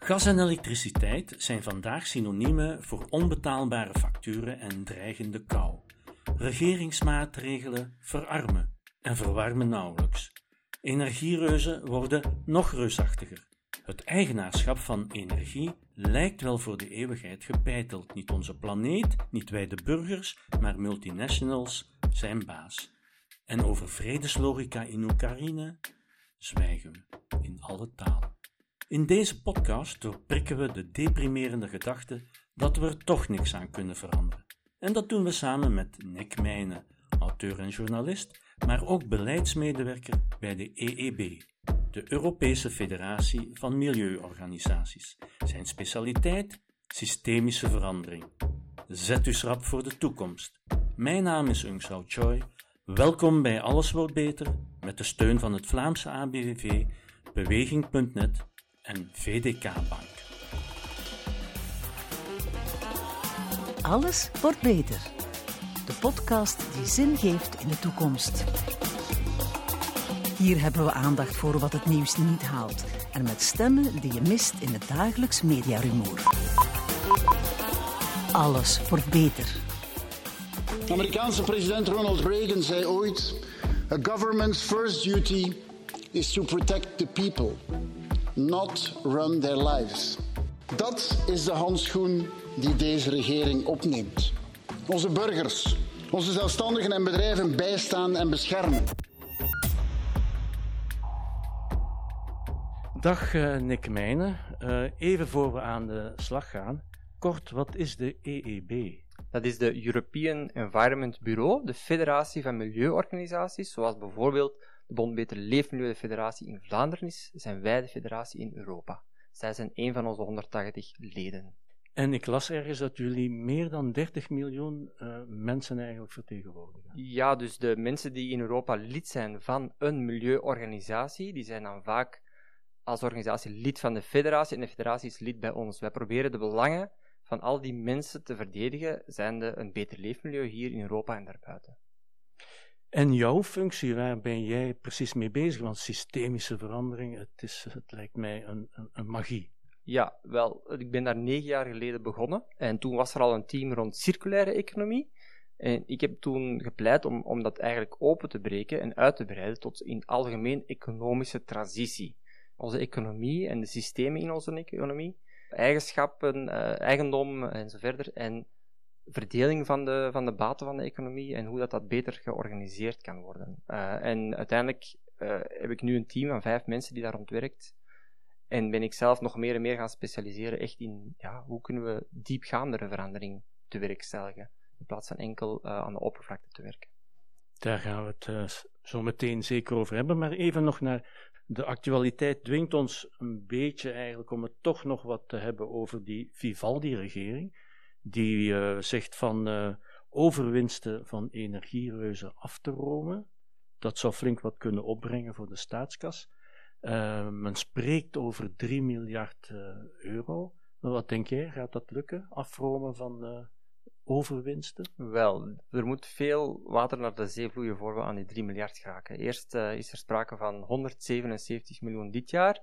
Gas en elektriciteit zijn vandaag synoniemen voor onbetaalbare facturen en dreigende kou. Regeringsmaatregelen verarmen en verwarmen nauwelijks. Energiereuzen worden nog reusachtiger. Het eigenaarschap van energie lijkt wel voor de eeuwigheid gebeiteld. Niet onze planeet, niet wij de burgers, maar multinationals zijn baas. En over vredeslogica in Oekraïne zwijgen we in alle talen. In deze podcast doorprikken we de deprimerende gedachte dat we er toch niks aan kunnen veranderen. En dat doen we samen met Nick Mijnen, auteur en journalist, maar ook beleidsmedewerker bij de EEB, de Europese Federatie van Milieuorganisaties. Zijn specialiteit? Systemische verandering. Zet u schrap voor de toekomst. Mijn naam is Ung Sao Choi. Welkom bij Alles wordt beter, met de steun van het Vlaamse ABVV, Beweging.net en VDK Bank. Alles wordt beter. De podcast die zin geeft in de toekomst. Hier hebben we aandacht voor wat het nieuws niet haalt en met stemmen die je mist in het dagelijks mediarumoer. Alles wordt beter. De Amerikaanse president Ronald Reagan zei ooit: "A government's first duty is to protect the people, not run their lives." Dat is de handschoen die deze regering opneemt. Onze burgers, onze zelfstandigen en bedrijven bijstaan en beschermen. Dag Nick Mijnen. Even voor we aan de slag gaan, kort, wat is de EEB? Dat is de European Environment Bureau, de federatie van milieuorganisaties, zoals bijvoorbeeld de Bond Beter Leefmilieu, de federatie in Vlaanderen is, zijn wij de federatie in Europa. Zij zijn een van onze 180 leden. En ik las ergens dat jullie meer dan 30 miljoen mensen eigenlijk vertegenwoordigen. Ja, dus de mensen die in Europa lid zijn van een milieuorganisatie, die zijn dan vaak als organisatie lid van de federatie en de federatie is lid bij ons. Wij proberen de belangen van al die mensen te verdedigen, zijnde een beter leefmilieu hier in Europa en daarbuiten. En jouw functie, waar ben jij precies mee bezig? Want systemische verandering, het lijkt mij een magie. Ja, wel, ik ben daar 9 jaar geleden begonnen en toen was er al een team rond circulaire economie. En ik heb toen gepleit om dat eigenlijk open te breken en uit te breiden tot in algemeen economische transitie. Onze economie en de systemen in onze economie, eigenschappen, eigendom en zo verder, en verdeling van de baten van de economie en hoe dat beter georganiseerd kan worden. En uiteindelijk heb ik nu een team van 5 mensen die daar rond werkt. En ben ik zelf nog meer en meer gaan specialiseren echt in hoe kunnen we diepgaandere verandering te werkstelligen, in plaats van enkel aan de oppervlakte te werken. Daar gaan we het zo meteen zeker over hebben, maar even nog naar de actualiteit dwingt ons een beetje eigenlijk om het toch nog wat te hebben over die Vivaldi-regering, die zegt van overwinsten van energiereuzen af te romen. Dat zou flink wat kunnen opbrengen voor de staatskas. Men spreekt over 3 miljard euro. Maar wat denk jij, gaat dat lukken? Afromen van overwinsten? Wel, er moet veel water naar de zee vloeien voor we aan die 3 miljard geraken. Eerst is er sprake van 177 miljoen dit jaar,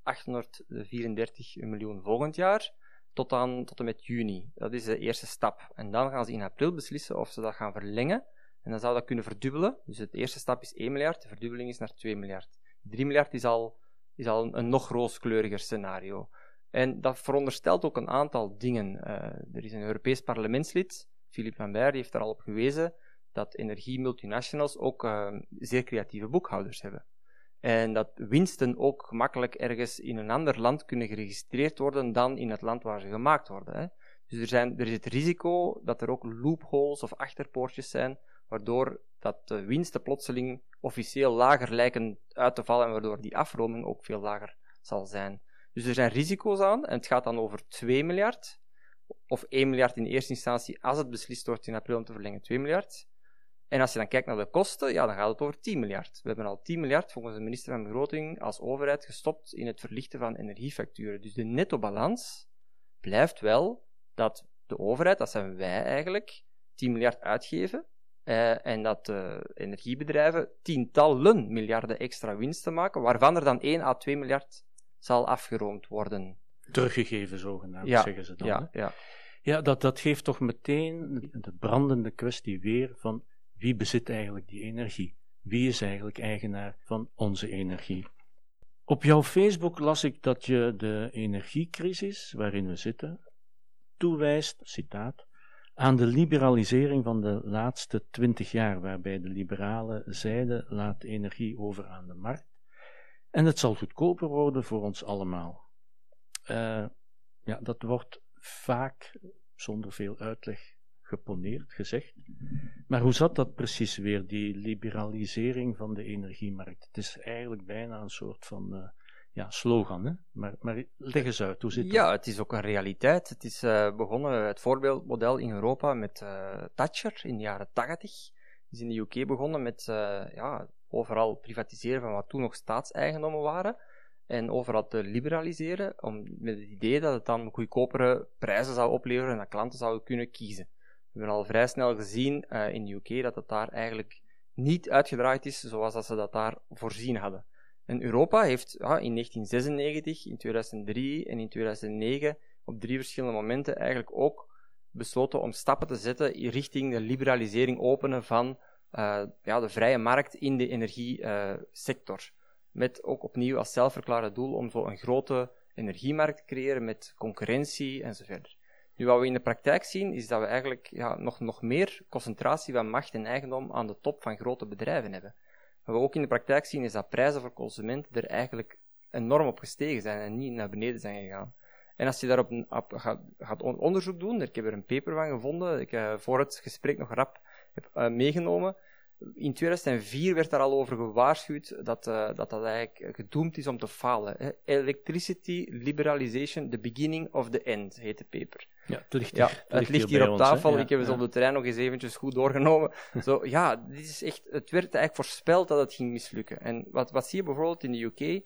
834 miljoen volgend jaar, tot en met juni. Dat is de eerste stap. En dan gaan ze in april beslissen of ze dat gaan verlengen. En dan zou dat kunnen verdubbelen. Dus de eerste stap is 1 miljard, de verdubbeling is naar 2 miljard. 3 miljard is al een nog rooskleuriger scenario. En dat veronderstelt ook een aantal dingen. Er is een Europees parlementslid, Philippe Lambert, die heeft er al op gewezen dat energiemultinationals ook zeer creatieve boekhouders hebben. En dat winsten ook gemakkelijk ergens in een ander land kunnen geregistreerd worden dan in het land waar ze gemaakt worden. Hè. Dus er is het risico dat er ook loopholes of achterpoortjes zijn, waardoor dat de winsten plotseling officieel lager lijken uit te vallen en waardoor die afroming ook veel lager zal zijn. Dus er zijn risico's aan en het gaat dan over 2 miljard, of 1 miljard in eerste instantie als het beslist wordt in april om te verlengen 2 miljard. En als je dan kijkt naar de kosten, dan gaat het over 10 miljard. We hebben al 10 miljard volgens de minister van Begroting als overheid gestopt in het verlichten van energiefacturen. Dus de nettobalans blijft wel dat de overheid, dat zijn wij eigenlijk, 10 miljard uitgeven en dat de energiebedrijven tientallen miljarden extra winsten maken, waarvan er dan 1 à 2 miljard zal afgeroomd worden. teruggegeven, zogenaamd, zeggen ze dan. Ja. Ja, dat geeft toch meteen de brandende kwestie weer van wie bezit eigenlijk die energie? Wie is eigenlijk eigenaar van onze energie? Op jouw Facebook las ik dat je de energiecrisis waarin we zitten toewijst, citaat, aan de liberalisering van de laatste 20 jaar, waarbij de liberalen zeiden, laat energie over aan de markt en het zal goedkoper worden voor ons allemaal. Dat wordt vaak zonder veel uitleg geponeerd, gezegd. Maar hoe zat dat precies weer, die liberalisering van de energiemarkt? Het is eigenlijk bijna een soort van slogan, hè? Maar leg eens uit, hoe zit dat? Ja, het is ook een realiteit. Het is begonnen, het voorbeeldmodel in Europa met Thatcher in de jaren 80. Het is in de UK begonnen met overal privatiseren van wat toen nog staatseigendommen waren. En overal te liberaliseren, met het idee dat het dan goedkopere prijzen zou opleveren en dat klanten zouden kunnen kiezen. We hebben al vrij snel gezien in de UK dat het daar eigenlijk niet uitgedraaid is zoals dat ze dat daar voorzien hadden. En Europa heeft in 1996, in 2003 en in 2009 op 3 verschillende momenten eigenlijk ook besloten om stappen te zetten in richting de liberalisering openen van de vrije markt in de energiesector. Met ook opnieuw als zelfverklaarde doel om zo een grote energiemarkt te creëren met concurrentie enzovoort. Nu, wat we in de praktijk zien, is dat we eigenlijk nog meer concentratie van macht en eigendom aan de top van grote bedrijven hebben. Wat we ook in de praktijk zien, is dat prijzen voor consumenten er eigenlijk enorm op gestegen zijn en niet naar beneden zijn gegaan. En als je daarop gaat onderzoek doen, ik heb er een paper van gevonden, ik voor het gesprek nog rap heb meegenomen. In 2004 werd daar al over gewaarschuwd dat eigenlijk gedoemd is om te falen. Electricity Liberalization, the beginning of the end, heet de paper. Ja, het ligt hier op tafel. Ik heb het op de trein nog eens eventjes goed doorgenomen. Dit is echt, het werd eigenlijk voorspeld dat het ging mislukken. En wat zie je bijvoorbeeld in de UK?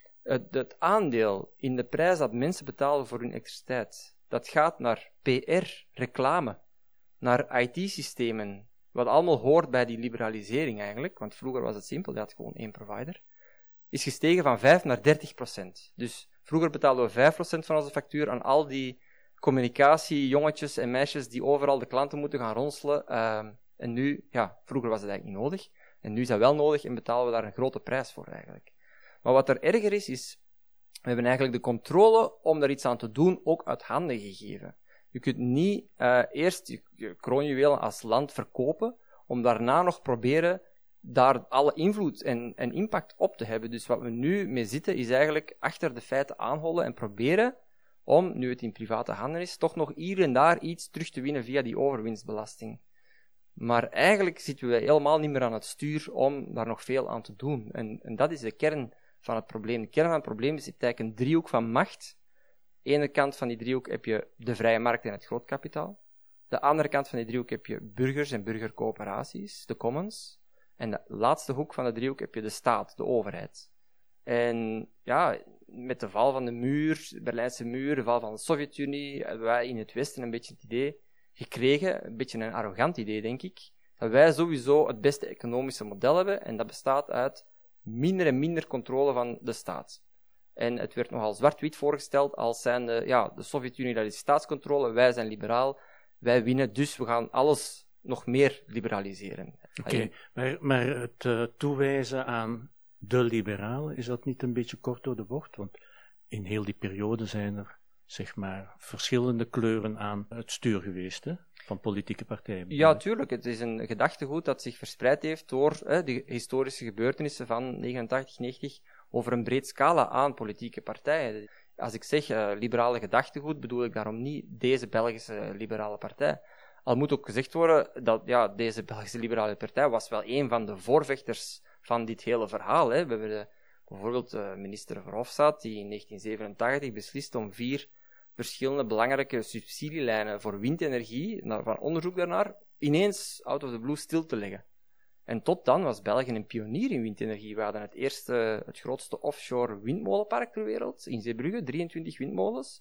Het aandeel in de prijs dat mensen betalen voor hun elektriciteit, dat gaat naar PR, reclame, naar IT-systemen, wat allemaal hoort bij die liberalisering eigenlijk, want vroeger was het simpel, je had gewoon 1 provider, is gestegen van 5 naar 30%. Dus vroeger betaalden we 5% van onze factuur aan al die communicatie, jongetjes en meisjes die overal de klanten moeten gaan ronselen. En nu, vroeger was het eigenlijk niet nodig. En nu is dat wel nodig en betalen we daar een grote prijs voor eigenlijk. Maar wat er erger is, we hebben eigenlijk de controle om daar iets aan te doen ook uit handen gegeven. Je kunt niet eerst je kroonjuwelen als land verkopen, om daarna nog proberen daar alle invloed en impact op te hebben. Dus wat we nu mee zitten, is eigenlijk achter de feiten aanhollen en proberen om, nu het in private handen is, toch nog hier en daar iets terug te winnen via die overwinstbelasting. Maar eigenlijk zitten we helemaal niet meer aan het stuur om daar nog veel aan te doen. En dat is de kern van het probleem. De kern van het probleem is eigenlijk een driehoek van macht. Aan de ene kant van die driehoek heb je de vrije markt en het grootkapitaal. De andere kant van die driehoek heb je burgers en burgercoöperaties, de commons. En de laatste hoek van de driehoek heb je de staat, de overheid. En met de val van de muur, de Berlijnse muur, de val van de Sovjet-Unie, hebben wij in het Westen een beetje het idee gekregen, een beetje een arrogant idee, denk ik, dat wij sowieso het beste economische model hebben, en dat bestaat uit minder en minder controle van de staat. En het werd nogal zwart-wit voorgesteld als zijnde, de Sovjet-Unie, dat is staatscontrole, wij zijn liberaal, wij winnen, dus we gaan alles nog meer liberaliseren. Oké, maar het toewijzen aan de liberalen, is dat niet een beetje kort door de bocht? Want in heel die periode zijn er, zeg maar, verschillende kleuren aan het stuur geweest, hè, van politieke partijen. Ja, tuurlijk. Het is een gedachtegoed dat zich verspreid heeft door de historische gebeurtenissen van 89, 90 over een breed scala aan politieke partijen. Als ik zeg liberale gedachtegoed, bedoel ik daarom niet deze Belgische liberale partij. Al moet ook gezegd worden dat deze Belgische liberale partij was wel een van de voorvechters van dit hele verhaal. Hè. We hebben bijvoorbeeld minister Verhofstadt, die in 1987 beslist om 4 verschillende belangrijke subsidielijnen voor windenergie, van onderzoek daarnaar, ineens out of the blue stil te leggen. En tot dan was België een pionier in windenergie. We hadden het grootste offshore windmolenpark ter wereld, in Zeebrugge, 23 windmolens.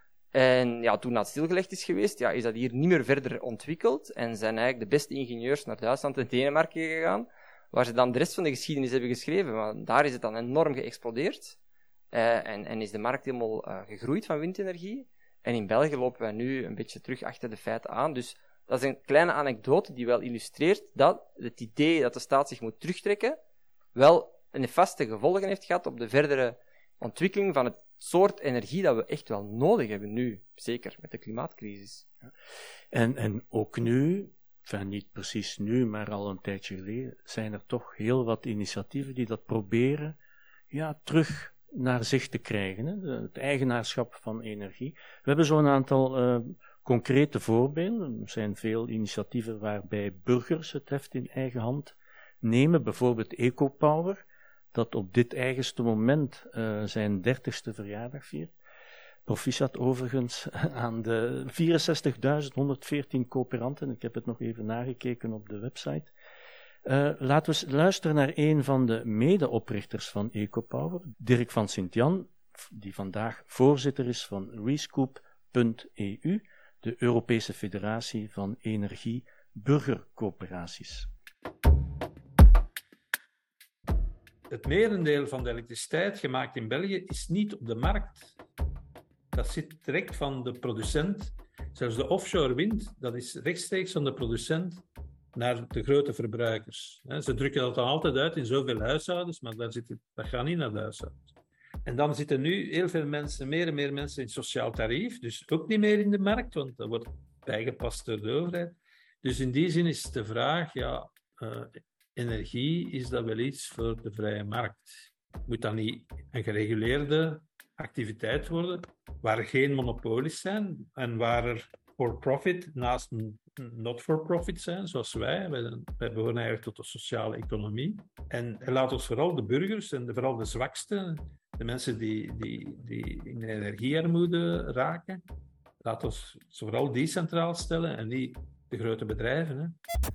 En toen dat stilgelegd is geweest, is dat hier niet meer verder ontwikkeld en zijn eigenlijk de beste ingenieurs naar Duitsland en Denemarken gegaan, waar ze dan de rest van de geschiedenis hebben geschreven. Maar daar is het dan enorm geëxplodeerd. En is de markt helemaal gegroeid van windenergie. En in België lopen wij nu een beetje terug achter de feiten aan. Dus dat is een kleine anekdote die wel illustreert dat het idee dat de staat zich moet terugtrekken wel een vaste gevolgen heeft gehad op de verdere ontwikkeling van het soort energie dat we echt wel nodig hebben nu. Zeker met de klimaatcrisis. En ook nu, enfin niet precies nu, maar al een tijdje geleden, zijn er toch heel wat initiatieven die dat proberen terug naar zich te krijgen. Hè? Het eigenaarschap van energie. We hebben zo'n aantal concrete voorbeelden. Er zijn veel initiatieven waarbij burgers het heft in eigen hand nemen. Bijvoorbeeld EcoPower, dat op dit eigenste moment zijn 30ste verjaardag viert. Proficiat overigens aan de 64.114 coöperanten. Ik heb het nog even nagekeken op de website. Laten we eens luisteren naar een van de medeoprichters van EcoPower, Dirk van Sint-Jan, die vandaag voorzitter is van Rescoop.eu, de Europese Federatie van Energie-Burgercoöperaties. Het merendeel van de elektriciteit gemaakt in België is niet op de markt. Dat zit direct van de producent. Zelfs de offshore wind, dat is rechtstreeks van de producent naar de grote verbruikers. Ze drukken dat dan altijd uit in zoveel huishoudens, maar dat gaat niet naar de huishoudens. En dan zitten nu heel veel mensen, meer en meer mensen in sociaal tarief, dus ook niet meer in de markt, want dat wordt bijgepast door de overheid. Dus in die zin is de vraag, energie, is dat wel iets voor de vrije markt? Moet dat niet een gereguleerde activiteit worden, waar er geen monopolies zijn en waar er for-profit naast not-for-profit zijn, zoals wij. Wij behoren eigenlijk tot de sociale economie. En laat ons vooral de burgers en vooral de zwaksten, de mensen die in energiearmoede raken, laat ons vooral die centraal stellen en niet de grote bedrijven. Hè.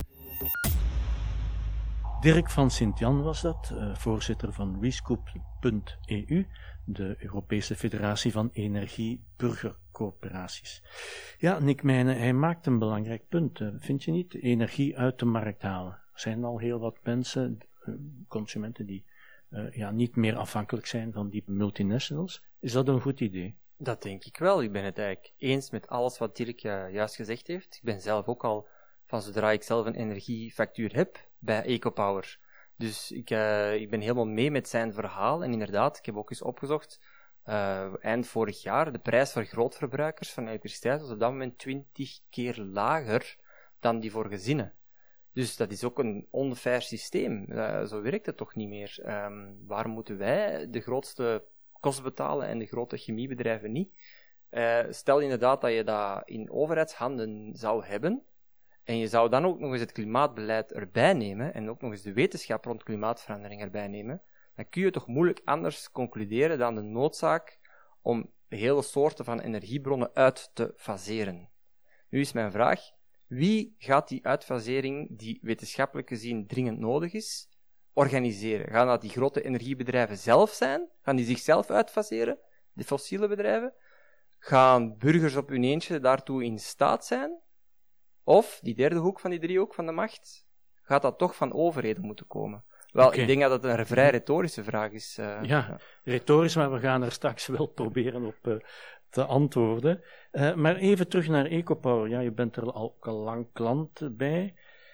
Dirk van Sint-Jan was dat, voorzitter van Rescoop.eu, de Europese Federatie van Energie-Burgercoöperaties. Ja, Nick Mijnen, hij maakt een belangrijk punt. Vind je niet? Energie uit de markt halen. Er zijn al heel wat mensen, consumenten, die niet meer afhankelijk zijn van die multinationals. Is dat een goed idee? Dat denk ik wel. Ik ben het eigenlijk eens met alles wat Dirk juist gezegd heeft. Ik ben zelf ook al, van zodra ik zelf een energiefactuur heb, bij EcoPower. Dus ik ben helemaal mee met zijn verhaal. En inderdaad, ik heb ook eens opgezocht, eind vorig jaar, de prijs voor grootverbruikers van elektriciteit was op dat moment 20 keer lager dan die voor gezinnen. Dus dat is ook een onfair systeem. Zo werkt het toch niet meer. Waarom moeten wij de grootste kosten betalen en de grote chemiebedrijven niet? Stel inderdaad dat je dat in overheidshanden zou hebben, en je zou dan ook nog eens het klimaatbeleid erbij nemen, en ook nog eens de wetenschap rond klimaatverandering erbij nemen, dan kun je toch moeilijk anders concluderen dan de noodzaak om hele soorten van energiebronnen uit te faseren. Nu is mijn vraag, wie gaat die uitfasering, die wetenschappelijk gezien dringend nodig is, organiseren? Gaan dat die grote energiebedrijven zelf zijn? Gaan die zichzelf uitfaseren, de fossiele bedrijven? Gaan burgers op hun eentje daartoe in staat zijn? Of, die derde hoek van die driehoek van de macht, gaat dat toch van overheden moeten komen? Wel, Ik denk dat het een vrij retorische vraag is. Retorisch, maar we gaan er straks wel proberen op te antwoorden. Maar even terug naar EcoPower. Ja, je bent er ook al lang klant bij.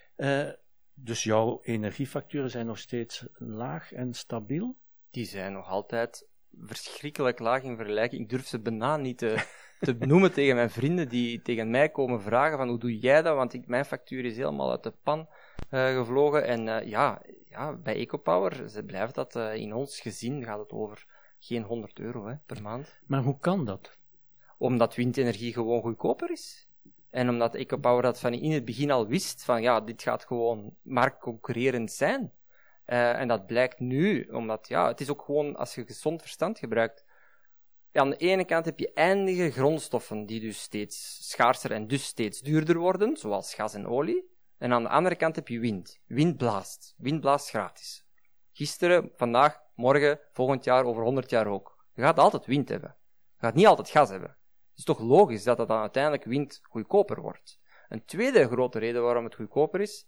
Dus jouw energiefacturen zijn nog steeds laag en stabiel? Die zijn nog altijd verschrikkelijk laag in vergelijking. Ik durf ze bijna niet te benoemen tegen mijn vrienden die tegen mij komen vragen van hoe doe jij dat, want mijn factuur is helemaal uit de pan gevlogen. En bij EcoPower blijft dat in ons gezin gaat het over geen €100 per maand. Maar hoe kan dat? Omdat windenergie gewoon goedkoper is. En omdat EcoPower dat van in het begin al wist, van dit gaat gewoon marktconcurrerend zijn. En dat blijkt nu, omdat het is ook gewoon, als je gezond verstand gebruikt, aan de ene kant heb je eindige grondstoffen die dus steeds schaarser en dus steeds duurder worden, zoals gas en olie. En aan de andere kant heb je wind. Wind blaast. Wind blaast gratis. Gisteren, vandaag, morgen, volgend jaar, over 100 jaar ook. Je gaat altijd wind hebben. Je gaat niet altijd gas hebben. Het is toch logisch dat dan uiteindelijk wind goedkoper wordt. Een tweede grote reden waarom het goedkoper is,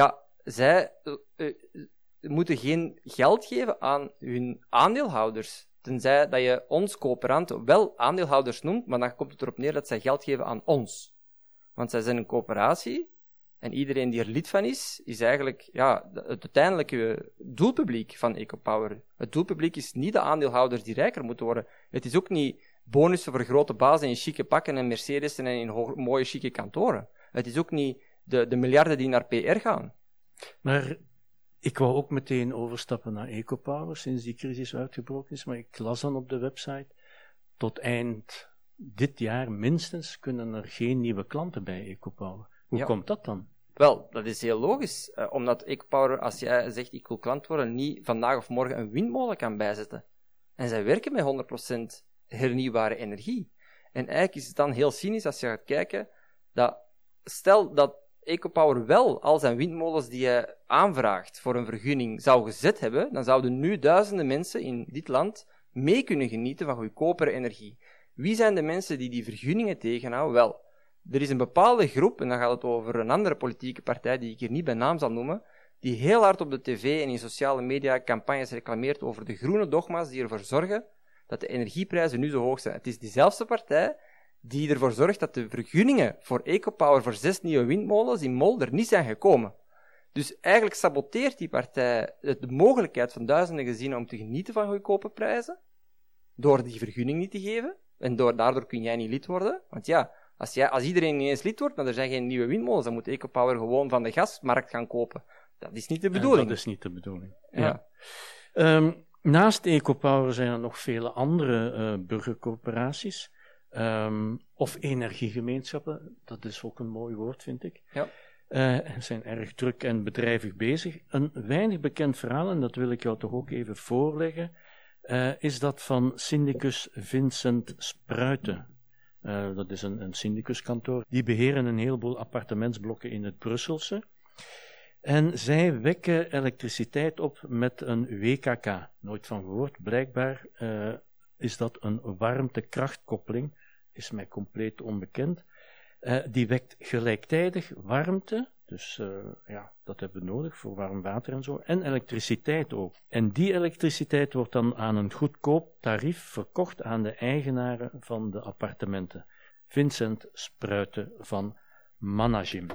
zij moeten geen geld geven aan hun aandeelhouders. tenzij dat je ons coöperant wel aandeelhouders noemt, maar dan komt het erop neer dat zij geld geven aan ons. Want zij zijn een coöperatie, en iedereen die er lid van is eigenlijk het uiteindelijke doelpubliek van EcoPower. Het doelpubliek is niet de aandeelhouders die rijker moeten worden. Het is ook niet bonussen voor grote bazen in chique pakken en Mercedes en in mooie chique kantoren. Het is ook niet de miljarden die naar PR gaan. Maar ik wou ook meteen overstappen naar EcoPower sinds die crisis uitgebroken is, maar ik las dan op de website, tot eind dit jaar minstens kunnen er geen nieuwe klanten bij EcoPower. Hoe komt dat dan? Wel, dat is heel logisch. Omdat EcoPower, als jij zegt ik wil klant worden, niet vandaag of morgen een windmolen kan bijzetten. En zij werken met 100% hernieuwbare energie. En eigenlijk is het dan heel cynisch als je gaat kijken, dat stel dat EcoPower wel al zijn windmolens die je aanvraagt voor een vergunning zou gezet hebben, dan zouden nu duizenden mensen in dit land mee kunnen genieten van goedkopere energie. Wie zijn de mensen die vergunningen tegenhouden? Wel, er is een bepaalde groep, en dan gaat het over een andere politieke partij die ik hier niet bij naam zal noemen, die heel hard op de tv en in sociale media campagnes reclameert over de groene dogma's die ervoor zorgen dat de energieprijzen nu zo hoog zijn. Het is diezelfde partij die ervoor zorgt dat de vergunningen voor EcoPower voor 6 nieuwe windmolens in Mol er niet zijn gekomen. Dus eigenlijk saboteert die partij de mogelijkheid van duizenden gezinnen om te genieten van goedkope prijzen, door die vergunning niet te geven, en daardoor kun jij niet lid worden. Want ja, als iedereen ineens lid wordt, maar er zijn geen nieuwe windmolens, dan moet EcoPower gewoon van de gasmarkt gaan kopen. Dat is niet de bedoeling. Dat is niet de bedoeling. Ja. Naast EcoPower zijn er nog vele andere burgercorporaties. Of energiegemeenschappen, dat is ook een mooi woord, vind ik. Ja. Zijn erg druk en bedrijvig bezig. Een weinig bekend verhaal, en dat wil ik jou toch ook even voorleggen, is dat van syndicus Vincent Spruiten. Dat is een syndicuskantoor. Die beheren een heleboel appartementsblokken in het Brusselse. En zij wekken elektriciteit op met een WKK. Nooit van gehoord. Blijkbaar is dat een warmtekrachtkoppeling. Is mij compleet onbekend. Die wekt gelijktijdig warmte, dus dat hebben we nodig voor warm water en zo, en elektriciteit ook. En die elektriciteit wordt dan aan een goedkoop tarief verkocht aan de eigenaren van de appartementen. Vincent Spruiten van Managem.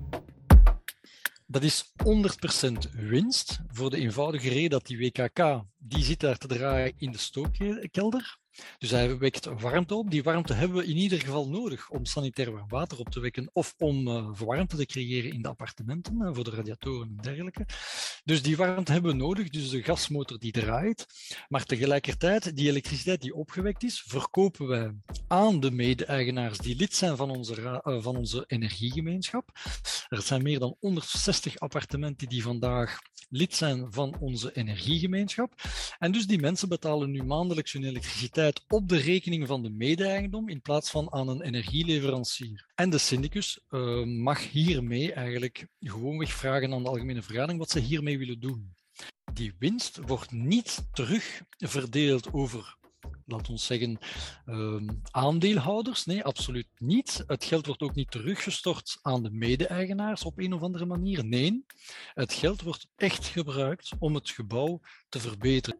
Dat is 100% winst, voor de eenvoudige reden dat die WKK, die zit daar te draaien in de stookkelder. Dus hij wekt warmte op. Die warmte hebben we in ieder geval nodig om sanitair warm water op te wekken of om warmte te creëren in de appartementen, voor de radiatoren en dergelijke. Dus die warmte hebben we nodig, dus de gasmotor die draait. Maar tegelijkertijd, die elektriciteit die opgewekt is, verkopen wij aan de mede-eigenaars die lid zijn van onze energiegemeenschap. Er zijn meer dan 160 appartementen die vandaag lid zijn van onze energiegemeenschap. En dus die mensen betalen nu maandelijks hun elektriciteit op de rekening van de mede-eigendom in plaats van aan een energieleverancier. En de syndicus mag hiermee eigenlijk gewoonweg vragen aan de algemene vergadering wat ze hiermee willen doen. Die winst wordt niet terugverdeeld over, laten we zeggen, aandeelhouders. Nee, absoluut niet. Het geld wordt ook niet teruggestort aan de mede-eigenaars op een of andere manier. Nee, het geld wordt echt gebruikt om het gebouw te verbeteren.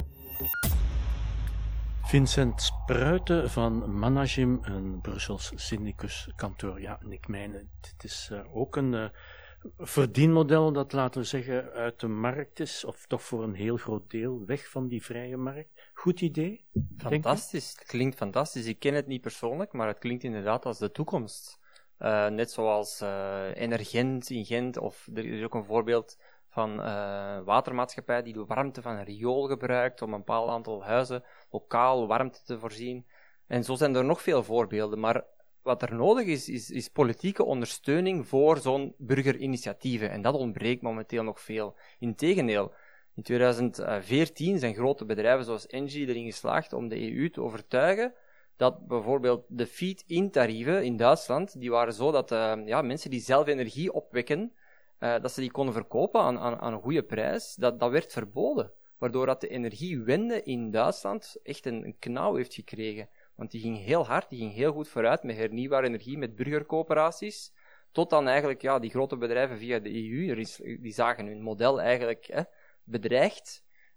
Vincent Spruiten van Managem, een Brussels syndicuskantoor. Ja, en ik meen, het is ook een verdienmodel dat, laten we zeggen, uit de markt is, of toch voor een heel groot deel weg van die vrije markt. Goed idee? Fantastisch, het klinkt fantastisch. Ik ken het niet persoonlijk, maar het klinkt inderdaad als de toekomst. Net zoals Energent in Gent, of er is ook een voorbeeld van watermaatschappij die de warmte van een riool gebruikt om een bepaald aantal huizen lokaal warmte te voorzien. En zo zijn er nog veel voorbeelden, maar wat er nodig is politieke ondersteuning voor zo'n burgerinitiatieven. En dat ontbreekt momenteel nog veel. Integendeel, in 2014 zijn grote bedrijven zoals Engie erin geslaagd om de EU te overtuigen dat bijvoorbeeld de feed-in-tarieven in Duitsland, die waren zo dat mensen die zelf energie opwekken, dat ze die konden verkopen aan een goede prijs, dat werd verboden. Waardoor dat de energiewende in Duitsland echt een knauw heeft gekregen. Want die ging heel hard, die ging heel goed vooruit met hernieuwbare energie, met burgercoöperaties. Tot dan eigenlijk die grote bedrijven via de EU, die zagen hun model eigenlijk bedreigd.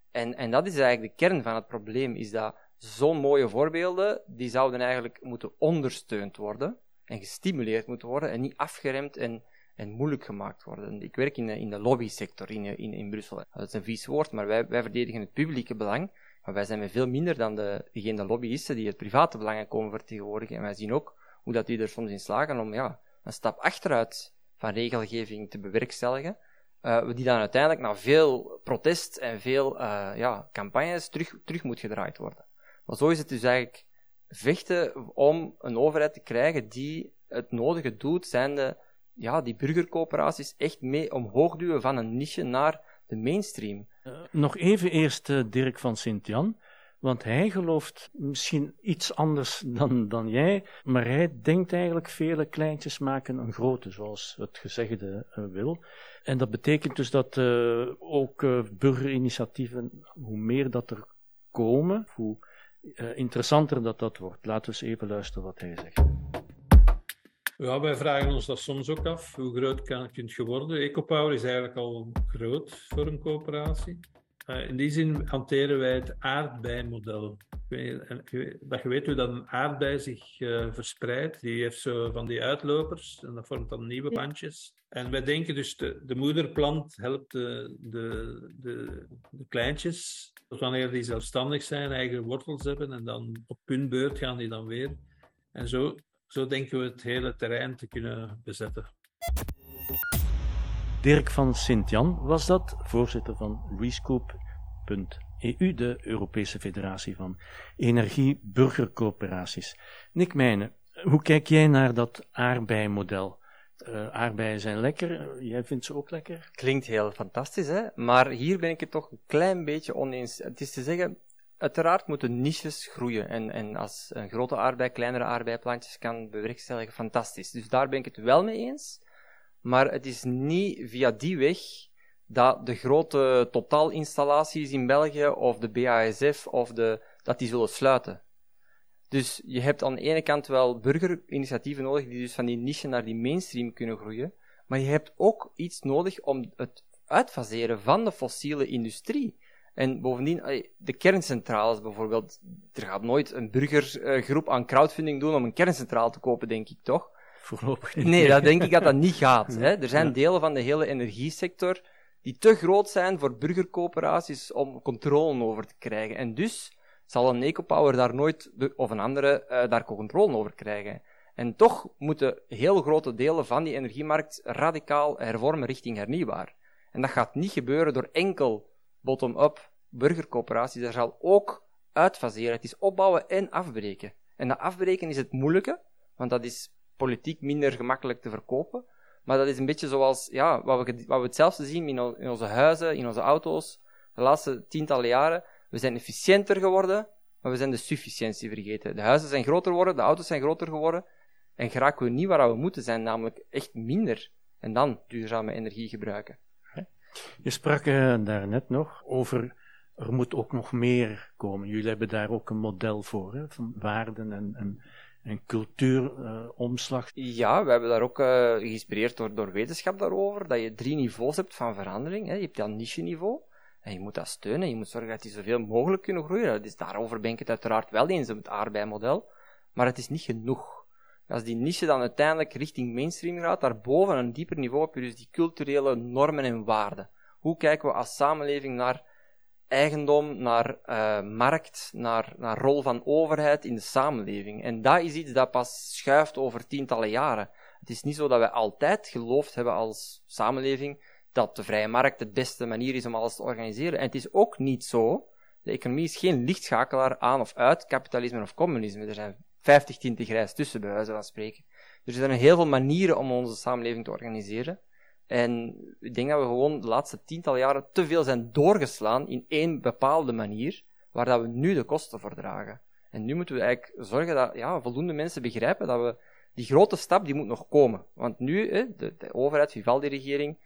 En dat is eigenlijk de kern van het probleem, is dat zo'n mooie voorbeelden, die zouden eigenlijk moeten ondersteund worden en gestimuleerd moeten worden en niet afgeremd en moeilijk gemaakt worden. Ik werk in de lobbysector in Brussel. Dat is een vies woord, maar wij verdedigen het publieke belang, maar wij zijn met veel minder dan de lobbyisten die het private belang komen vertegenwoordigen. En wij zien ook hoe dat die er soms in slagen om een stap achteruit van regelgeving te bewerkstelligen, die dan uiteindelijk na veel protest en veel campagnes terug moet gedraaid worden. Maar zo is het dus eigenlijk vechten om een overheid te krijgen die het nodige doet, zijnde die burgercoöperaties echt mee omhoog duwen van een niche naar de mainstream. Nog even eerst Dirk van Sint-Jan, want hij gelooft misschien iets anders dan jij, maar hij denkt eigenlijk vele kleintjes maken een grote, zoals het gezegde wil. En dat betekent dus dat ook burgerinitiatieven, hoe meer dat er komen, hoe interessanter dat wordt. Laten we eens even luisteren wat hij zegt. Ja, wij vragen ons dat soms ook af. Hoe groot kunt je worden? EcoPower is eigenlijk al groot voor een coöperatie. In die zin hanteren wij het aardbeimodel. Dat je weet hoe dat een aardbei zich verspreidt. Die heeft zo van die uitlopers en dat vormt dan nieuwe bandjes. En wij denken dus, de moederplant helpt de kleintjes, tot wanneer die zelfstandig zijn, eigen wortels hebben en dan op hun beurt gaan die dan weer. En zo denken we het hele terrein te kunnen bezetten. Dirk van Sint-Jan was dat, voorzitter van Rescoop.eu, de Europese Federatie van Energieburgercoöperaties. Nick Meijnen, hoe kijk jij naar dat aardbeimodel? Aardbeien zijn lekker, jij vindt ze ook lekker? Klinkt heel fantastisch, hè? Maar hier ben ik het toch een klein beetje oneens. Het is te zeggen, uiteraard moeten niches groeien. En als een grote aardbei kleinere aardbeiplantjes kan bewerkstelligen, fantastisch. Dus daar ben ik het wel mee eens. Maar het is niet via die weg dat de grote totaalinstallaties in België of de BASF dat die zullen sluiten. Dus je hebt aan de ene kant wel burgerinitiatieven nodig die dus van die niche naar die mainstream kunnen groeien. Maar je hebt ook iets nodig om het uitfaseren van de fossiele industrie. En bovendien, de kerncentrales bijvoorbeeld. Er gaat nooit een burgergroep aan crowdfunding doen om een kerncentrale te kopen, denk ik, toch? Voorlopig niet. Nee, dat denk ik dat niet gaat. Hè. Er zijn delen van de hele energiesector die te groot zijn voor burgercoöperaties om controle over te krijgen. En dus zal een EcoPower daar nooit, of een andere, daar controle over krijgen. En toch moeten heel grote delen van die energiemarkt radicaal hervormen richting hernieuwbaar. En dat gaat niet gebeuren door enkel bottom-up burgercoöperaties. Dat zal ook uitfaseren. Het is opbouwen en afbreken. En dat afbreken is het moeilijke, want dat is politiek minder gemakkelijk te verkopen. Maar dat is een beetje zoals wat we hetzelfde zien in onze huizen, in onze auto's, de laatste tientallen jaren. We zijn efficiënter geworden, maar we zijn de sufficiëntie vergeten. De huizen zijn groter geworden, de auto's zijn groter geworden. En geraken we niet waar we moeten zijn, namelijk echt minder. En dan duurzame energie gebruiken. Je sprak daarnet nog over, er moet ook nog meer komen. Jullie hebben daar ook een model voor, hè, van waarden en cultuuromslag. Ja, we hebben daar ook geïnspireerd door wetenschap daarover, dat je 3 niveaus hebt van verandering. Hè. Je hebt dat niche-niveau, en je moet dat steunen, je moet zorgen dat die zoveel mogelijk kunnen groeien. Dus daarover ben ik het uiteraard wel eens op het aardbeimodel, maar het is niet genoeg. Als die niche dan uiteindelijk richting mainstream gaat, daarboven een dieper niveau heb je dus die culturele normen en waarden. Hoe kijken we als samenleving naar eigendom, naar markt, naar rol van overheid in de samenleving? En dat is iets dat pas schuift over tientallen jaren. Het is niet zo dat wij altijd geloofd hebben als samenleving dat de vrije markt de beste manier is om alles te organiseren. En het is ook niet zo. De economie is geen lichtschakelaar aan of uit kapitalisme of communisme. Er zijn 50 tinten grijs tussen, bij wijze van spreken. Dus er zijn heel veel manieren om onze samenleving te organiseren. En ik denk dat we gewoon de laatste tientallen jaren te veel zijn doorgeslaan in één bepaalde manier, waar dat we nu de kosten voor dragen. En nu moeten we eigenlijk zorgen dat voldoende mensen begrijpen dat we die grote stap, die moet nog komen. Want nu, de overheid, Vivaldi-regering,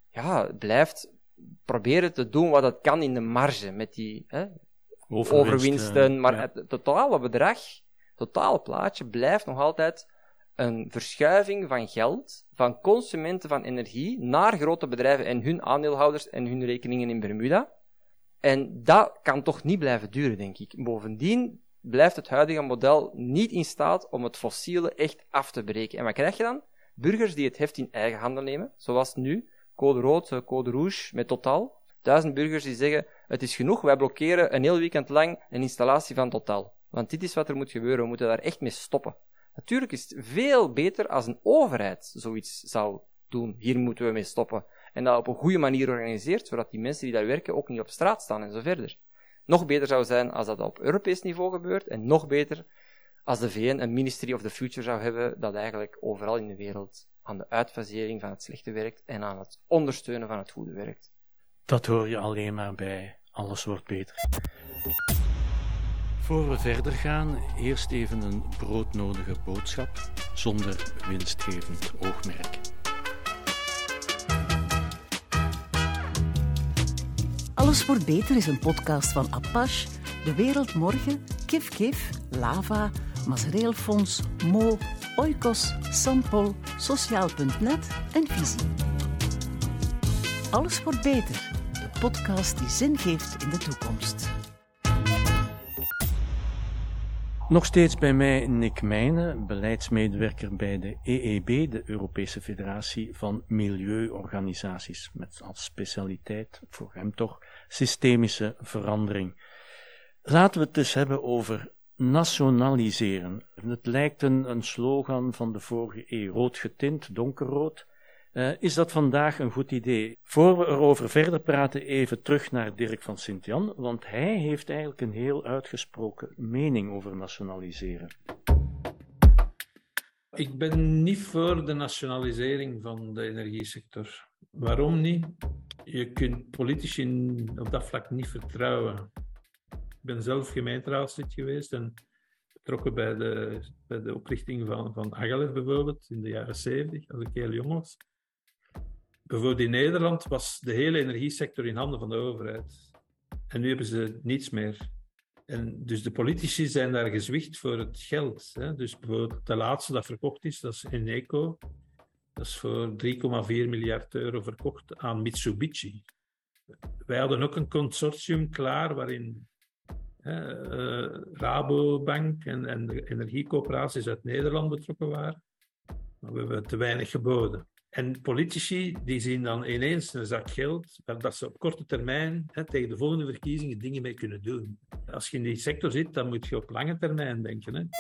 blijft proberen te doen wat het kan in de marge, met die overwinsten. Maar het totale bedrag, het totale plaatje, blijft nog altijd een verschuiving van geld, van consumenten van energie, naar grote bedrijven en hun aandeelhouders en hun rekeningen in Bermuda. En dat kan toch niet blijven duren, denk ik. Bovendien blijft het huidige model niet in staat om het fossiele echt af te breken. En wat krijg je dan? Burgers die het heft in eigen handen nemen, zoals nu, code rood, code rouge met Total. 1000 burgers die zeggen, het is genoeg, wij blokkeren een heel weekend lang een installatie van Total. Want dit is wat er moet gebeuren, we moeten daar echt mee stoppen. Natuurlijk is het veel beter als een overheid zoiets zou doen. Hier moeten we mee stoppen. En dat op een goede manier organiseert, zodat die mensen die daar werken ook niet op straat staan en zo verder. Nog beter zou zijn als dat op Europees niveau gebeurt, en nog beter als de VN een Ministry of the Future zou hebben dat eigenlijk overal in de wereld aan de uitfasering van het slechte werkt en aan het ondersteunen van het goede werkt. Dat hoor je alleen maar bij Alles wordt beter. Voor we verder gaan, eerst even een broodnodige boodschap zonder winstgevend oogmerk. Alles wordt beter is een podcast van Apache, De Wereld Morgen, Kif Kif, Lava, Mazereel-fonds, Mo, Oikos, Sampol, Sociaal.net en Visie. Alles wordt beter, de podcast die zin geeft in de toekomst. Nog steeds bij mij Nick Meijnen, beleidsmedewerker bij de EEB, de Europese Federatie van Milieuorganisaties, met als specialiteit, voor hem toch, systemische verandering. Laten we het dus hebben over nationaliseren. Het lijkt een slogan van de vorige eeuw, rood getint, donkerrood. Is dat vandaag een goed idee? Voor we erover verder praten, even terug naar Dirk van Sint-Jan, want hij heeft eigenlijk een heel uitgesproken mening over nationaliseren. Ik ben niet voor de nationalisering van de energiesector. Waarom niet? Je kunt politici op dat vlak niet vertrouwen. Ik ben zelf gemeenteraadslid geweest en betrokken bij de oprichting van Agalef bijvoorbeeld in de jaren 70, als ik heel jong was. Bijvoorbeeld in Nederland was de hele energiesector in handen van de overheid. En nu hebben ze niets meer. En dus de politici zijn daar gezwicht voor het geld. Hè. Dus bijvoorbeeld de laatste dat verkocht is, dat is Eneco. Dat is voor 3,4 miljard euro verkocht aan Mitsubishi. Wij hadden ook een consortium klaar waarin Rabobank en de energiecoöperaties uit Nederland betrokken waren. Maar we hebben te weinig geboden. En politici die zien dan ineens een zak geld, dat ze op korte termijn tegen de volgende verkiezingen dingen mee kunnen doen. Als je in die sector zit, dan moet je op lange termijn denken. Hè.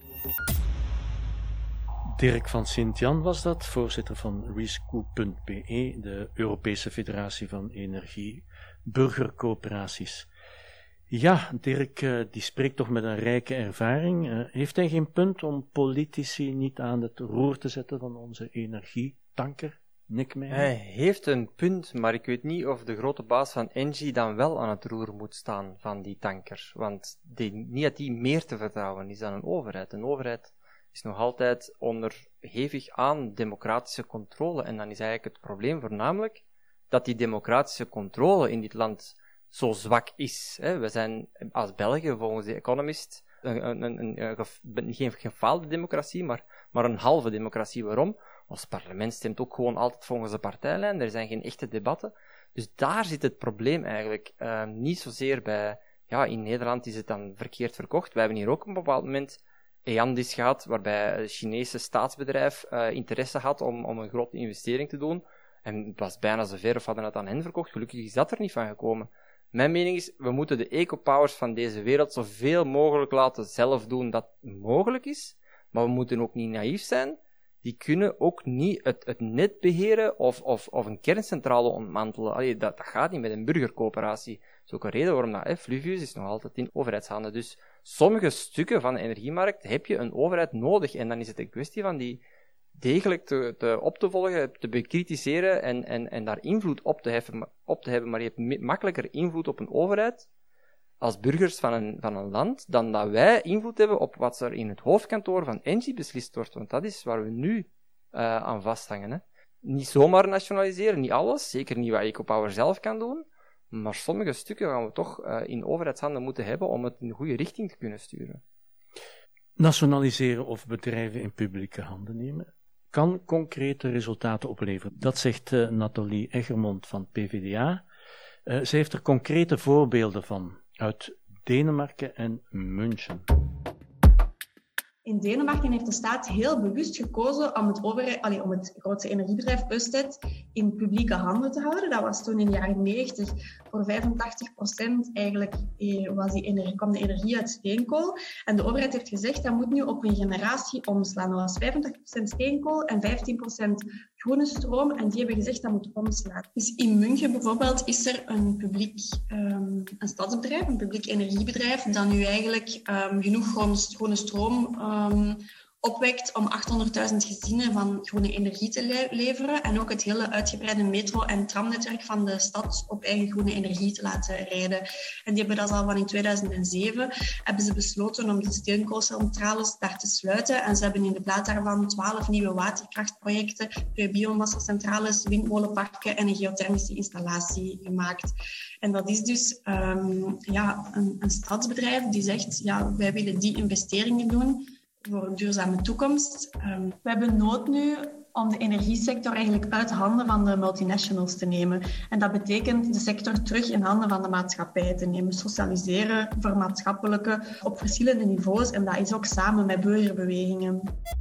Dirk van Sint-Jan was dat, voorzitter van Rescue.be, de Europese Federatie van Energie-Burgercoöperaties. Ja, Dirk die spreekt toch met een rijke ervaring. Heeft hij geen punt om politici niet aan het roer te zetten van onze energietanker? Nick Meijnen? Hij heeft een punt, maar ik weet niet of de grote baas van Engie dan wel aan het roer moet staan van die tanker. Want niet dat die meer te vertrouwen is dan een overheid. Een overheid is nog altijd onderhevig aan democratische controle. En dan is eigenlijk het probleem voornamelijk dat die democratische controle in dit land zo zwak is. We zijn als België, volgens The Economist, geen gefaalde democratie, maar een halve democratie. Waarom? Ons parlement stemt ook gewoon altijd volgens de partijlijn. Er zijn geen echte debatten. Dus daar zit het probleem eigenlijk. Niet zozeer bij... Ja, in Nederland is het dan verkeerd verkocht. Wij hebben hier ook op een bepaald moment Eandis gehad, waarbij een Chinese staatsbedrijf interesse had om een grote investering te doen. En het was bijna zover of hadden het aan hen verkocht. Gelukkig is dat er niet van gekomen. Mijn mening is, we moeten de ecopowers van deze wereld zoveel mogelijk laten zelf doen dat mogelijk is. Maar we moeten ook niet naïef zijn. Die kunnen ook niet het net beheren of een kerncentrale ontmantelen. Allee, dat gaat niet met een burgercoöperatie. Dat is ook een reden waarom dat Fluvius is nog altijd in overheidshanden. Dus sommige stukken van de energiemarkt heb je een overheid nodig. En dan is het een kwestie van die degelijk op te volgen, te bekritiseren en daar invloed op te hebben. Maar je hebt makkelijker invloed op een overheid als burgers van een land, dan dat wij invloed hebben op wat er in het hoofdkantoor van Engie beslist wordt. Want dat is waar we nu aan vasthangen. Hè. Niet zomaar nationaliseren, niet alles. Zeker niet wat EcoPower zelf kan doen. Maar sommige stukken gaan we toch in overheidshanden moeten hebben om het in de goede richting te kunnen sturen. Nationaliseren of bedrijven in publieke handen nemen kan concrete resultaten opleveren. Dat zegt Nathalie Eggermond van PvdA. Ze heeft er concrete voorbeelden van uit Denemarken en München. In Denemarken heeft de staat heel bewust gekozen om het grootste energiebedrijf Ørsted in publieke handen te houden. Dat was toen in de jaren 90 voor 85% eigenlijk kwam de energie uit steenkool. En de overheid heeft gezegd dat moet nu op een generatie omslaan. Dat was 85% steenkool en 15% groene stroom. En die hebben gezegd dat moet omslaan. Dus in München bijvoorbeeld is er een stadsbedrijf, een publiek energiebedrijf, dat nu eigenlijk genoeg groene stroom opwekt om 800.000 gezinnen van groene energie te leveren en ook het hele uitgebreide metro- en tramnetwerk van de stad op eigen groene energie te laten rijden. En die hebben dat al van in 2007 hebben ze besloten om de steenkoolcentrales daar te sluiten en ze hebben in de plaats daarvan 12 nieuwe waterkrachtprojecten, 2 biomassa-centrales, windmolenparken en een geothermische installatie gemaakt. En dat is dus een stadsbedrijf die zegt, wij willen die investeringen doen voor een duurzame toekomst. We hebben nood nu om de energiesector eigenlijk uit handen van de multinationals te nemen. En dat betekent de sector terug in handen van de maatschappij te nemen. Socialiseren, vermaatschappelijke, op verschillende niveaus. En dat is ook samen met burgerbewegingen.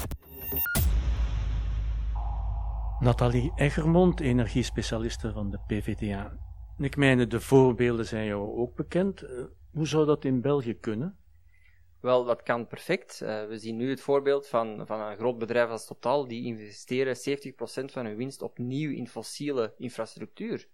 Nathalie Eggermond, energiespecialiste van de PvdA. Ik meen, de voorbeelden zijn jou ook bekend. Hoe zou dat in België kunnen? Wel, dat kan perfect. We zien nu het voorbeeld van een groot bedrijf als Total, die investeren 70% van hun winst opnieuw in fossiele infrastructuur.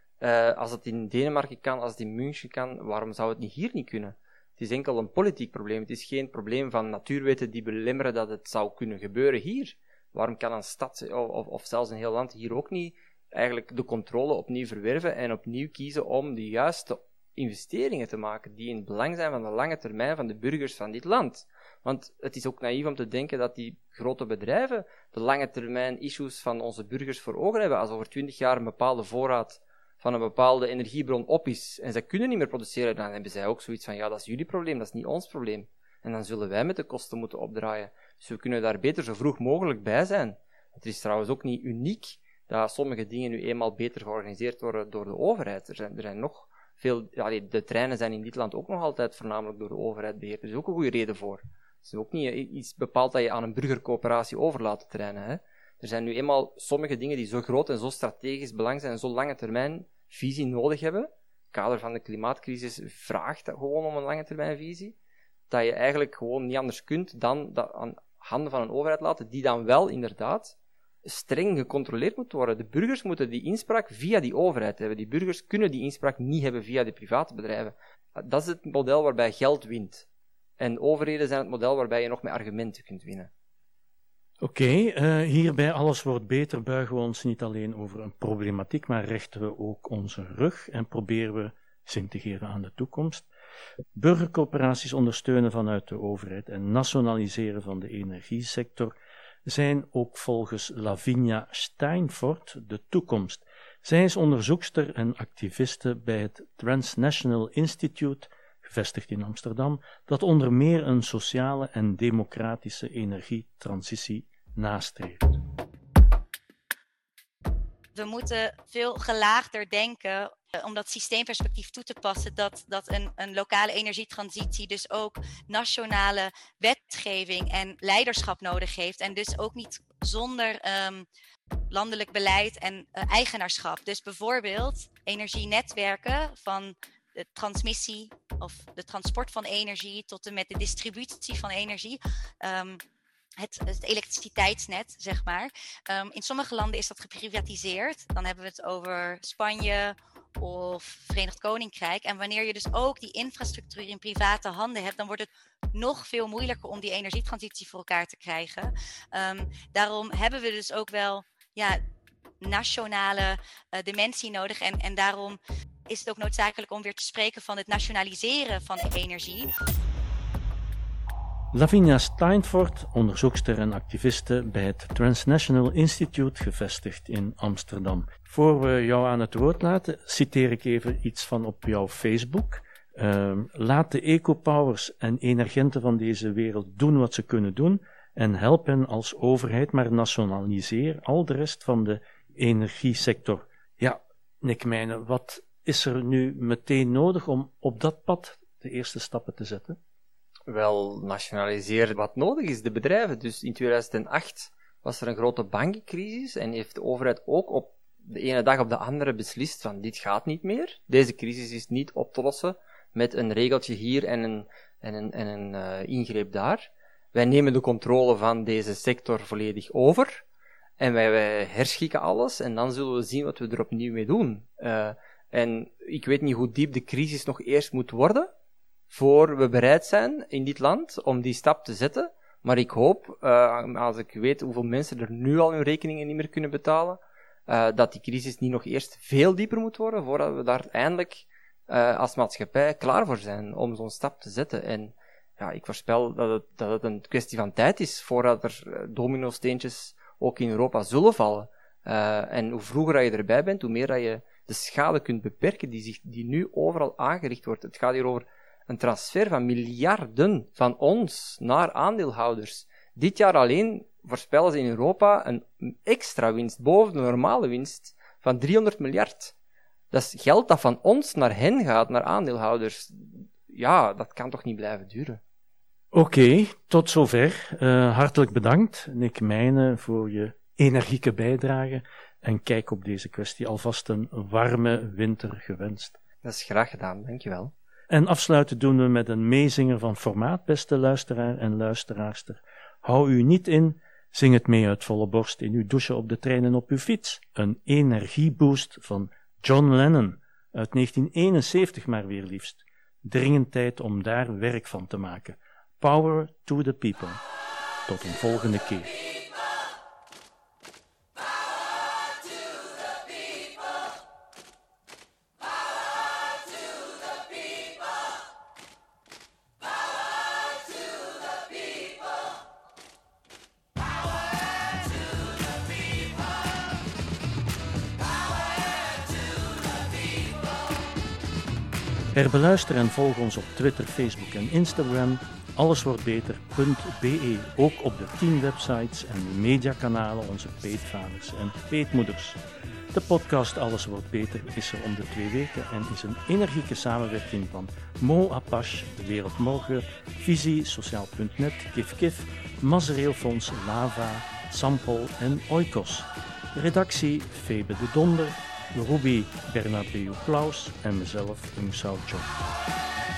Als het in Denemarken kan, als het in München kan, waarom zou het hier niet kunnen? Het is enkel een politiek probleem. Het is geen probleem van natuurwetten die belemmeren dat het zou kunnen gebeuren hier. Waarom kan een stad of zelfs een heel land hier ook niet eigenlijk de controle opnieuw verwerven en opnieuw kiezen om de juiste investeringen te maken die in het belang zijn van de lange termijn van de burgers van dit land. Want het is ook naïef om te denken dat die grote bedrijven de lange termijn issues van onze burgers voor ogen hebben. Als over 20 jaar een bepaalde voorraad van een bepaalde energiebron op is en zij kunnen niet meer produceren, dan hebben zij ook zoiets van, dat is jullie probleem, dat is niet ons probleem. En dan zullen wij met de kosten moeten opdraaien. Dus we kunnen daar beter zo vroeg mogelijk bij zijn. Het is trouwens ook niet uniek dat sommige dingen nu eenmaal beter georganiseerd worden door de overheid. Er zijn nog veel, de treinen zijn in dit land ook nog altijd voornamelijk door de overheid beheerd. Er is ook een goede reden voor. Het is ook niet iets bepaald dat je aan een burgercoöperatie overlaat, de treinen. Hè. Er zijn nu eenmaal sommige dingen die zo groot en zo strategisch belang zijn en zo lange termijn visie nodig hebben. Het kader van de klimaatcrisis vraagt gewoon om een lange termijn visie. Dat je eigenlijk gewoon niet anders kunt dan dat aan handen van een overheid laten, die dan wel inderdaad streng gecontroleerd moet worden. De burgers moeten die inspraak via die overheid hebben. Die burgers kunnen die inspraak niet hebben via de private bedrijven. Dat is het model waarbij geld wint. En overheden zijn het model waarbij je nog met argumenten kunt winnen. Oké, hier bij Alles wordt beter buigen we ons niet alleen over een problematiek, maar rechten we ook onze rug en proberen we zin te geven aan de toekomst. Burgercoöperaties ondersteunen vanuit de overheid en nationaliseren van de energiesector zijn ook volgens Lavinia Steinfort de toekomst. Zij is onderzoekster en activiste bij het Transnational Institute, gevestigd in Amsterdam, dat onder meer een sociale en democratische energietransitie nastreeft. We moeten veel gelaagder denken om dat systeemperspectief toe te passen, dat een lokale energietransitie dus ook nationale wetgeving en leiderschap nodig heeft. En dus ook niet zonder landelijk beleid en eigenaarschap. Dus bijvoorbeeld energienetwerken van de transmissie of de transport van energie tot en met de distributie van energie. Het elektriciteitsnet, zeg maar. In sommige landen is dat geprivatiseerd. Dan hebben we het over Spanje of Verenigd Koninkrijk. En wanneer je dus ook die infrastructuur in private handen hebt, dan wordt het nog veel moeilijker om die energietransitie voor elkaar te krijgen. Daarom hebben we dus ook wel nationale dimensie nodig. En daarom is het ook noodzakelijk om weer te spreken van het nationaliseren van energie. Lavinia Steinfort, onderzoekster en activiste bij het Transnational Institute, gevestigd in Amsterdam. Voor we jou aan het woord laten, citeer ik even iets van op jouw Facebook. Laat de ecopowers en energienten van deze wereld doen wat ze kunnen doen en help hen als overheid, maar nationaliseer al de rest van de energiesector. Ja, ik meen, wat is er nu meteen nodig om op dat pad de eerste stappen te zetten? Wel, nationaliseren wat nodig is, de bedrijven. Dus in 2008 was er een grote bankencrisis en heeft de overheid ook op de ene dag op de andere beslist van dit gaat niet meer. Deze crisis is niet op te lossen met een regeltje hier en een ingreep daar. Wij nemen de controle van deze sector volledig over en wij herschikken alles en dan zullen we zien wat we er opnieuw mee doen. En ik weet niet hoe diep de crisis nog eerst moet worden voor we bereid zijn in dit land om die stap te zetten. Maar ik hoop, als ik weet hoeveel mensen er nu al hun rekeningen niet meer kunnen betalen, dat die crisis niet nog eerst veel dieper moet worden voordat we daar eindelijk als maatschappij klaar voor zijn om zo'n stap te zetten. En ja, ik voorspel dat het een kwestie van tijd is voordat er domino-steentjes ook in Europa zullen vallen. En hoe vroeger je erbij bent, hoe meer dat je de schade kunt beperken die nu overal aangericht wordt. Het gaat hier over een transfer van miljarden van ons naar aandeelhouders. Dit jaar alleen voorspellen ze in Europa een extra winst, boven de normale winst, van 300 miljard. Dat is geld dat van ons naar hen gaat, naar aandeelhouders. Ja, dat kan toch niet blijven duren. Oké, tot zover. Hartelijk bedankt, Nick Mijnen, voor je energieke bijdrage en kijk op deze kwestie. Alvast een warme winter gewenst. Dat is graag gedaan, dankjewel. En afsluiten doen we met een meezinger van formaat, beste luisteraar en luisteraarster. Hou u niet in, zing het mee uit volle borst in uw douche, op de trein en op uw fiets. Een energieboost van John Lennon uit 1971 maar weer liefst. Dringend tijd om daar werk van te maken. Power to the people. Tot een volgende keer. Herbeluister en volg ons op Twitter, Facebook en Instagram. Alleswordtbeter.be. Ook op de 10 websites en mediakanalen onze peetvaders en peetmoeders. De podcast Alles wordt beter is er om de 2 weken en is een energieke samenwerking van Mo Apache, De Wereld Morgen, Visie, Sociaal.net, KifKif, Mazereelfonds, Lava, Sampol en Oikos. Redactie Febe de Donder, Ruby Bernabeu Plaus en mezelf, Ung Sao Chong.